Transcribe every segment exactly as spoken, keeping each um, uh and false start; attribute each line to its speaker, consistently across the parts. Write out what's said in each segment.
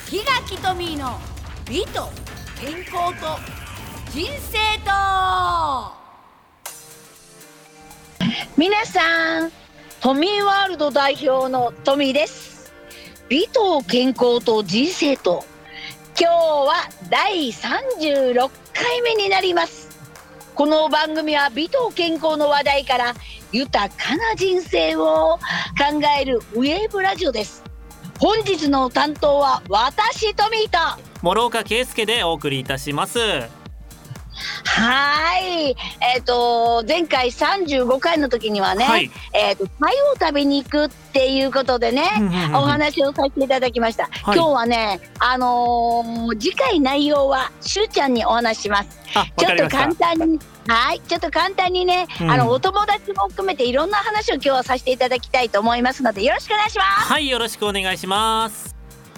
Speaker 1: 檜垣トミーの美と健康と人生と。
Speaker 2: 皆さん、トミーワールド代表のトミーです。美と健康と人生と、今日はだいさんじゅうろっかいめになります。この番組は美と健康の話題から豊かな人生を考えるウェーブラジオです。本日の担当は私トミーと
Speaker 3: 諸岡圭介でお送りいたします。
Speaker 2: はい、えーと前回さんじゅうごかいの時にはね、はい、えーと鯛を食べに行くっていうことでね、お話をさせていただきました。はい、今日はね、あのー、次回内容はしゅうちゃんにお話しします。ちょっと簡単にはいちょっと簡単にね、うん、あのお友達も含めていろんな話を今日はさせていただきたいと思いますので、よろしくお願いします。
Speaker 3: はい、よろしくお願いします。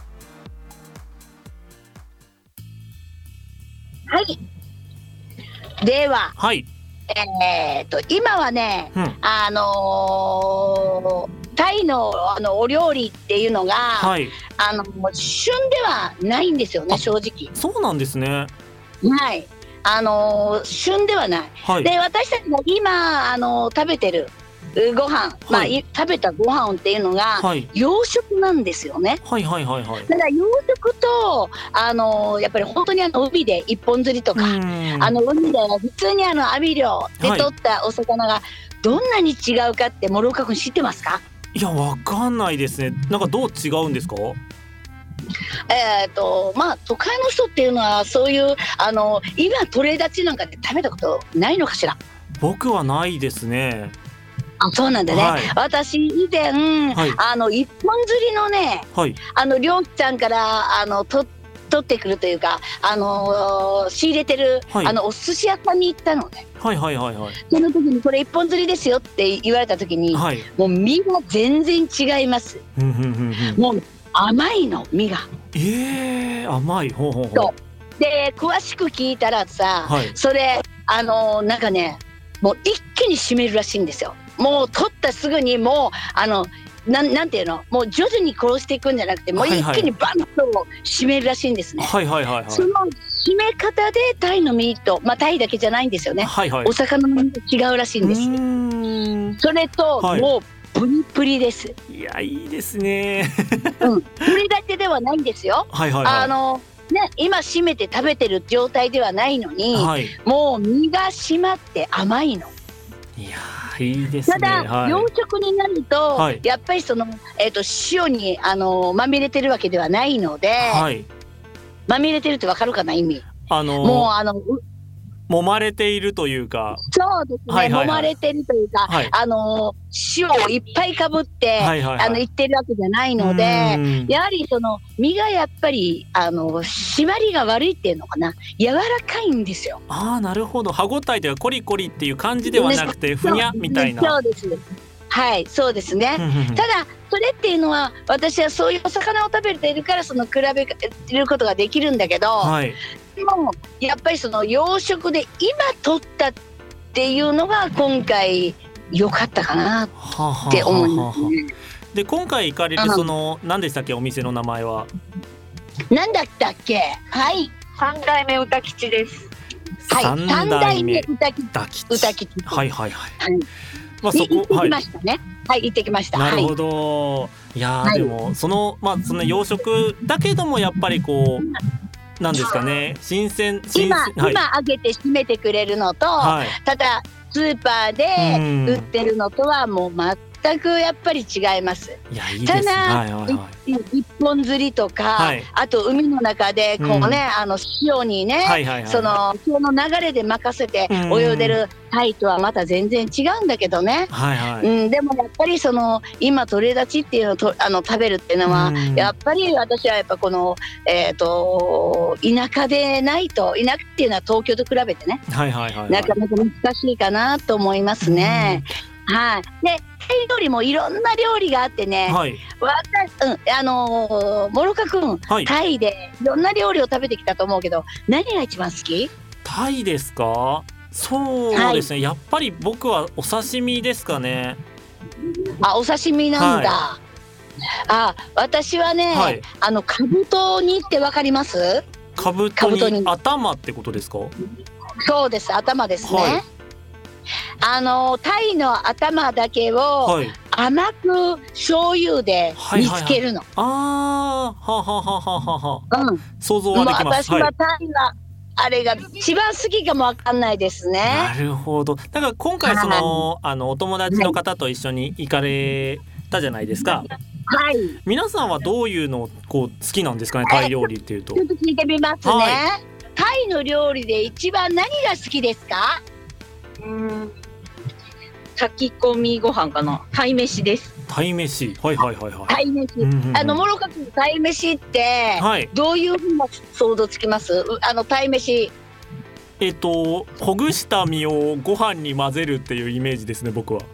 Speaker 2: はい、では、
Speaker 3: はい、
Speaker 2: えー、と今はね、うん、あのー、タイ の, あのお料理っていうのが、はい、あの旬ではないんですよね、正直。
Speaker 3: そうなんですね。
Speaker 2: はい、あのー、旬ではない、はい、で私たちが今、あのー、食べてるご飯、はい、まあ、食べたご飯っていうのが、はい、洋食なんですよね。
Speaker 3: はいはいはいはい。
Speaker 2: だから洋食と、あのー、やっぱり本当にあの海で一本釣りとか、あの海で普通にあの網漁で取ったお魚がどんなに違うかって諸岡君知ってますか？
Speaker 3: いや、わかんないですね。なんかどう違うんですか？
Speaker 2: えーとまあ、都会の人っていうのはそういうあの今取れ立ちなんかで食べたことないのかしら？
Speaker 3: 僕はないですね。
Speaker 2: あ、そうなんだね、はい、私以前、はい、あの一本釣りのね、はい、あの漁師さんからあのと取ってくるというか、あのー、仕入れてる、はい、あのお寿司屋さんに行ったのね。
Speaker 3: はいはいはいはい。
Speaker 2: その時にこれ一本釣りですよって言われた時に、はい、もう身が全然違います。もう甘いの、身が。
Speaker 3: えー、甘い。ほうほうほう。
Speaker 2: そうで詳しく聞いたらさ、はい、それあのー、なんかね、もう一気に締めるらしいんですよ。もう取ったすぐにもうあのな ん, なんていうのもう徐々に殺していくんじゃなくて、もう一気にバンと締めるらしいんですね。はいはいはいはい。その締め方でタイの身と、まあタイだけじゃないんですよね、はいはい、お魚の身と違うらしいんです。うーん、それと、はい、もうプリプリです。
Speaker 3: いや、いいですね、
Speaker 2: うん、プリだけではないんですよ。はいはいはい。あのね、今締めて食べてる状態ではないのに、はい、もう身が締まって甘いの。いや
Speaker 3: いいですね。
Speaker 2: ただ、はい、洋食になると、はい、やっぱりその、えーと、塩にあのまみれてるわけではないので、はい、まみれてるってわかるかな、意味。あのー、もうあの
Speaker 3: 揉まれているというか。そうですね、
Speaker 2: はいはいはい、揉まれてるというか、はい、あの塩をいっぱいかぶって、はいはいはい、あのいってるわけじゃないので、やはりその身がやっぱりあの締まりが悪いっていうのかな、柔らかいんですよ。
Speaker 3: ああ、なるほど。歯ごたえではコリコリっていう感じではなくて、ふにゃみたいな。
Speaker 2: そうです、はい、そうですねただそれっていうのは、私はそういうお魚を食べているからその比べることができるんだけど、はい、でもやっぱりその養殖で今取ったっていうのが今回良かったかなって思いますね。はははは
Speaker 3: で、今回行かれるその何でしたっけ、お店の名前は
Speaker 2: 何だったっけ？はい、
Speaker 4: 三代目歌吉です。
Speaker 2: はい、三代目歌吉。
Speaker 3: 歌吉。はいはいはい。はい、
Speaker 2: まあ、そこ行ってきましたね。はい、行ってきました。
Speaker 3: なるほど。はい、いや、はい、でもそのまあその養殖だけどもやっぱりこうなんですかね、新鮮新鮮
Speaker 2: 今、
Speaker 3: はい、
Speaker 2: 今揚げて締めてくれるのと、はい、ただスーパーで売ってるのとはもう全くやっぱり違います。
Speaker 3: いや、いいですね。ただ、はいはいはい、
Speaker 2: 一本釣りとか、はい、あと海の中でこうね、うん、あの潮にね、はいはいはい、その潮の流れで任せて泳いでるタイとはまた全然違うんだけどね、はいはい、うん、でもやっぱりその今取れ立ちっていうのをとあの食べるっていうのは、うん、やっぱり私はやっぱこの、えー、と田舎でないと、田舎っていうのは東京と比べてね、はいはいはいはい、なかなか難しいかなと思いますね。うん、はい、でタイ料理もいろんな料理があってね、はい、私、うん、あのー、諸岡君、はい、タイでいろんな料理を食べてきたと思うけど、何が一番好き？
Speaker 3: タイですか？そうですね、はい、やっぱり僕はお刺身ですかね。
Speaker 2: あ、お刺身なんだ。はあ、私はね、はい、あの兜煮ってわかります？
Speaker 3: 兜煮、頭ってことですか？
Speaker 2: そうです、頭ですね、はい、あの鯛の頭だけを甘く醤油で煮つけるの、はいはいはい、
Speaker 3: あー、はははははは、うん、想像はできます。
Speaker 2: 私は鯛があれが一番好きかもわかんないですね。
Speaker 3: なるほど。だから今回その、はい、あのお友達の方と一緒に行かれたじゃないですか。
Speaker 2: はい。
Speaker 3: 皆さんはどういうのをこう好きなんですかね、タイ料理っていうと。
Speaker 2: ちょっと聞いてみますね、はい、タイの料理で一番何が好きですか？
Speaker 4: うーん、炊き込みご飯かな。タイ飯です。
Speaker 3: タイ飯、はいはいはいはい。
Speaker 2: タイ飯、うんうんうん、あのモロカ君、タイ飯って、はい、どういうふうな想像つきます？あのタイ飯。
Speaker 3: えっとほぐした身をご飯に混ぜるっていうイメージですね、僕は。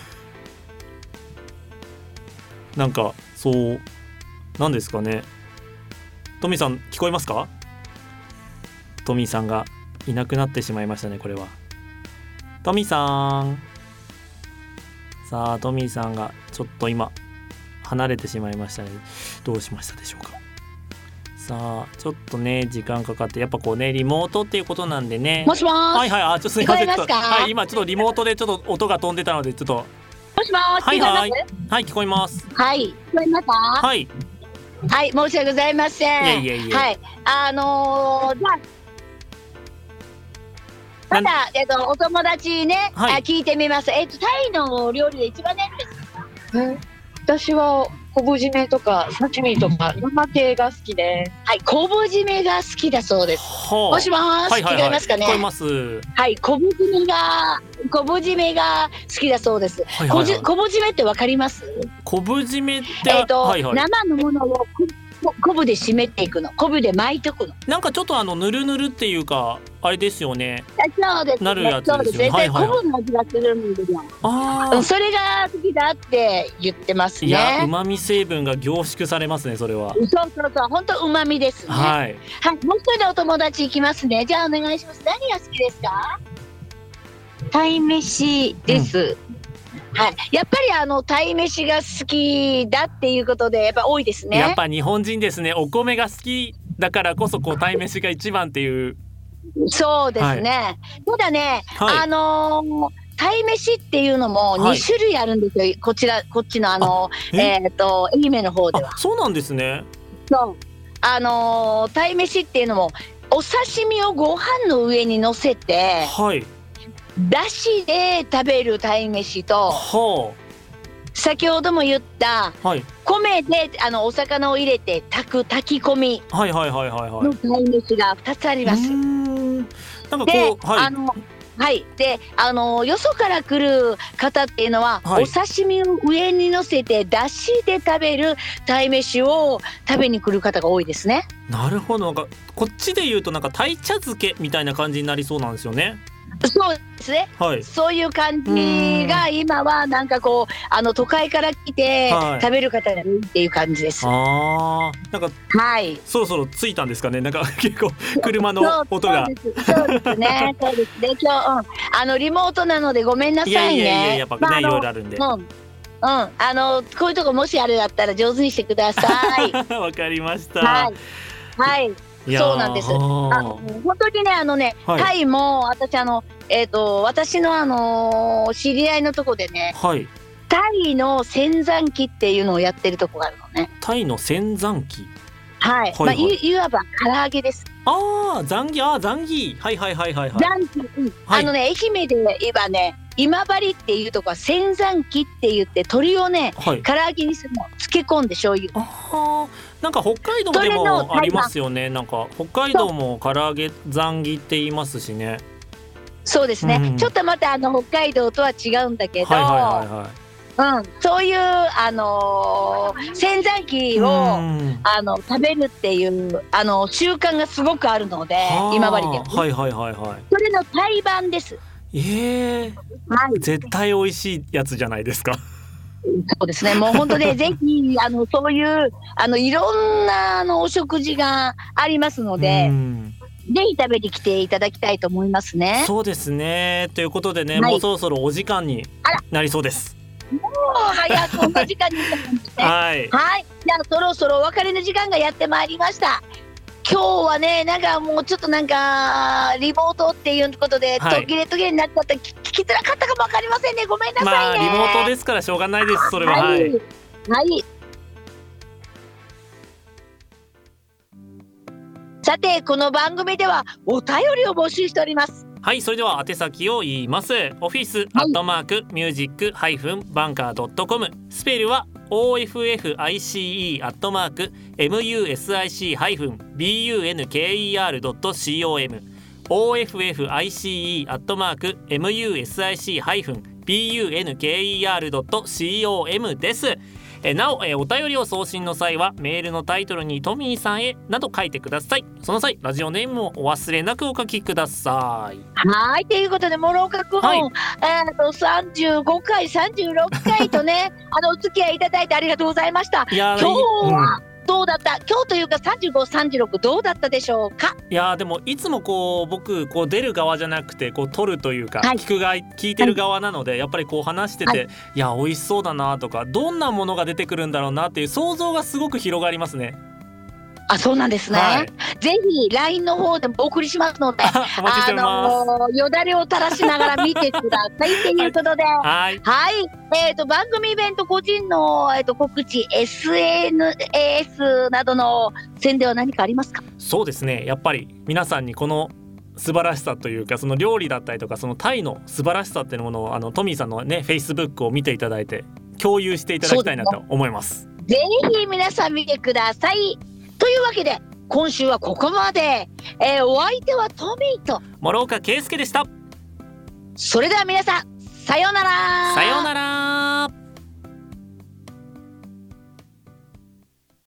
Speaker 3: なんかそうなんですかね。トミーさん聞こえますか？トミーさんがいなくなってしまいましたね、これは。トミーさん、さあトミーさんがちょっと今離れてしまいましたね。どうしましたでしょうか。さあちょっとね時間かかって、やっぱこうねリモートっていうことなんでね。
Speaker 2: もしもーし。
Speaker 3: はいはい、あ、ちょっとすいません、はい、今ちょっとリモートでちょっと音が飛んでたのでちょっと。
Speaker 2: もしもーし、
Speaker 3: はいはいはい聞こえます。
Speaker 2: はい、聞こえますか？はいはい、申し訳ございません。
Speaker 3: いえいえいえ、
Speaker 2: はい、あのー、じゃあまだ、えっと、お友達ね、はい、あ聞いてみます。えっと、タイの料理で一番何ですか？
Speaker 4: え私は昆布締めとか刺身とか生系が好きです。
Speaker 2: はい、昆布締めが好きだそうです。もしもーし、はいはいはい、聞こえますかね？
Speaker 3: 聞こえます。
Speaker 2: はい、昆布締めが昆布締めが好きだそうです。はいはいはい、昆布締めってわかります？
Speaker 3: 昆布締めって、
Speaker 2: えっと、はいはい、生のものを昆布で締めていくの。昆布で巻いておくの。
Speaker 3: なんかちょっとあのぬるぬるっていうかあれですよね。
Speaker 2: そうですね。
Speaker 3: なるやつですよね。
Speaker 2: はいはいはい、昆布の味がするんですよ。あ、それが好きだって言ってますね。
Speaker 3: いや、旨味成分が凝縮されますね、それは。
Speaker 2: そうそうそう、本当旨味ですね。はい。はい、もう一人のお友達いきますね。じゃあお願いします。何が好きですか？
Speaker 4: タイ飯です。うん、
Speaker 2: はい、やっぱりあの鯛飯が好きだっていうことでやっぱ多いですね。
Speaker 3: やっぱ日本人ですね。お米が好きだからこそこう鯛飯が一番っていう。
Speaker 2: そうですね、はい、ただね、はい、あのー、鯛飯っていうのもに種類あるんですよ、はい、こちらこっちのあのあえっ、ー、と愛媛の方では。
Speaker 3: そうなんですね。
Speaker 2: そう、あのー、鯛飯っていうのもお刺身をご飯の上に乗せて、はい、だしで食べる鯛飯と、はあ、先ほども言った、はい、米であのお魚を入れて炊く炊き込みの鯛飯がふたつあります。
Speaker 3: なんかこう、はい、
Speaker 2: あのはい、であのよそから来る方っていうのは、はい、お刺身を上に乗せてだしで食べる鯛飯を食べに来る方が多いですね。
Speaker 3: なるほど。なんかこっちで言うとなんか鯛茶漬けみたいな感じになりそうなんですよね。
Speaker 2: そうですね、はい、そういう感じが今はなんかこうあの都会から来て食べる方がいるっていう感じです。
Speaker 3: あー、なんか、はい、そろそろ着いたんですかね。なんか結構車の音が。
Speaker 2: そうですそうですねそうですね。今日、うん、あのリモートなのでごめんなさいね。いやいやいや、
Speaker 3: やっぱね、まあ、いろいろあるんで、うん
Speaker 2: うん、あのこういうとこもしあれだったら上手にしてください。
Speaker 3: わかりました。
Speaker 2: はい、はい、そうなんです。あの本当にね、あのね、はい、タイも私あの、えーと、私のあのー、知り合いのとこでね、はい、タイの仙山機っていうのをやってるとこがあるのね。
Speaker 3: タイの仙山機、
Speaker 2: はい、はいはい、まあ、い, いわば唐揚げです。
Speaker 3: ああ、ザンギ、あーザンギ、はいはいはいはいはい。
Speaker 2: ザンギ、うん、はい、あのね、愛媛で言えばね、今治っていうとこは仙山機って言って鶏をね、はい、唐揚げにするの、漬け込んで醤油。
Speaker 3: あ、なんか北海道でもありますよね。なんか北海道も唐揚げザンギって言いますしね。
Speaker 2: そうですね、うん、ちょっとまたあの北海道とは違うんだけど、はいはいはいはい、うん、そういうあのー、仙山機を、うん、あの食べるっていうあの習慣がすごくあるので、今治では、
Speaker 3: はいはいはいはい、
Speaker 2: それのタイ版です。
Speaker 3: えー、はい、絶対美味しいやつじゃないですか。
Speaker 2: そうですね、もう本当でぜひあのそういうあのいろんなあのお食事がありますので、うん、ぜひ食べに来ていただきたいと思いますね。
Speaker 3: そうですね、ということでね、はい、もうそろそろお時間になりそうです。
Speaker 2: もう早くこんな時間になったんですね。
Speaker 3: はい、
Speaker 2: はい、じゃあそろそろお別れの時間がやってまいりました。今日はね、なんかもうちょっとなんかリモートっていうことで、はい、途切れ途切れになっちゃった、聞きづらかったかもわかりませんね。ごめんなさいね。
Speaker 3: まあリモートですからしょうがないです。それは
Speaker 2: はい、はいはい、さてこの番組ではお便りを募集しております。
Speaker 3: はい、それでは宛先を言います。オフィスアットマークミュージックハイフンバンカードットコム、スペルは オーエフエフアイシーイー アットマーク ミュージックハイフンバンカードットコム オーエフエフアイシーイー アットマーク ミュージックハイフンバンカードットコム です。えなお、えお便りを送信の際はメールのタイトルにトミーさんへなど書いてください。その際ラジオネームもお忘れなくお書きください。
Speaker 2: はい、ということで諸岡君、はい、えー、とさんじゅうごかいさんじゅうろっかいとねあのお付き合いいただいてありがとうございました。今日は、うんどうだった？今日というかさんじゅうご、さんじゅうろくどうだったでしょうか？
Speaker 3: いやでもいつもこう僕こう出る側じゃなくてこう撮るというか、はい、聞く側聞いてる側なので、はい、やっぱりこう話してて、はい、いや美味しそうだなとかどんなものが出てくるんだろうなっていう想像がすごく広がりますね。
Speaker 2: あ、そうなんですね、はい、ぜひ ライン の方でもお送りしますので
Speaker 3: お待ちしております。
Speaker 2: あのよだれを垂らしながら見てくださいということで
Speaker 3: はい、
Speaker 2: はい、えー、と番組イベント個人の、えー、と告知 エスエヌエーエス などの宣伝は何かありますか？
Speaker 3: そうですね、やっぱり皆さんにこの素晴らしさというかその料理だったりとかそのタイの素晴らしさっていうものをあのトミーさんのね Facebook を見ていただいて共有していただきたいなと思います。
Speaker 2: ぜひ皆さん見てくださいというわけで今週はここまで、えー、お相手はトミーと
Speaker 3: 諸岡圭介でした。
Speaker 2: それでは皆さんさようなら。
Speaker 3: さようなら。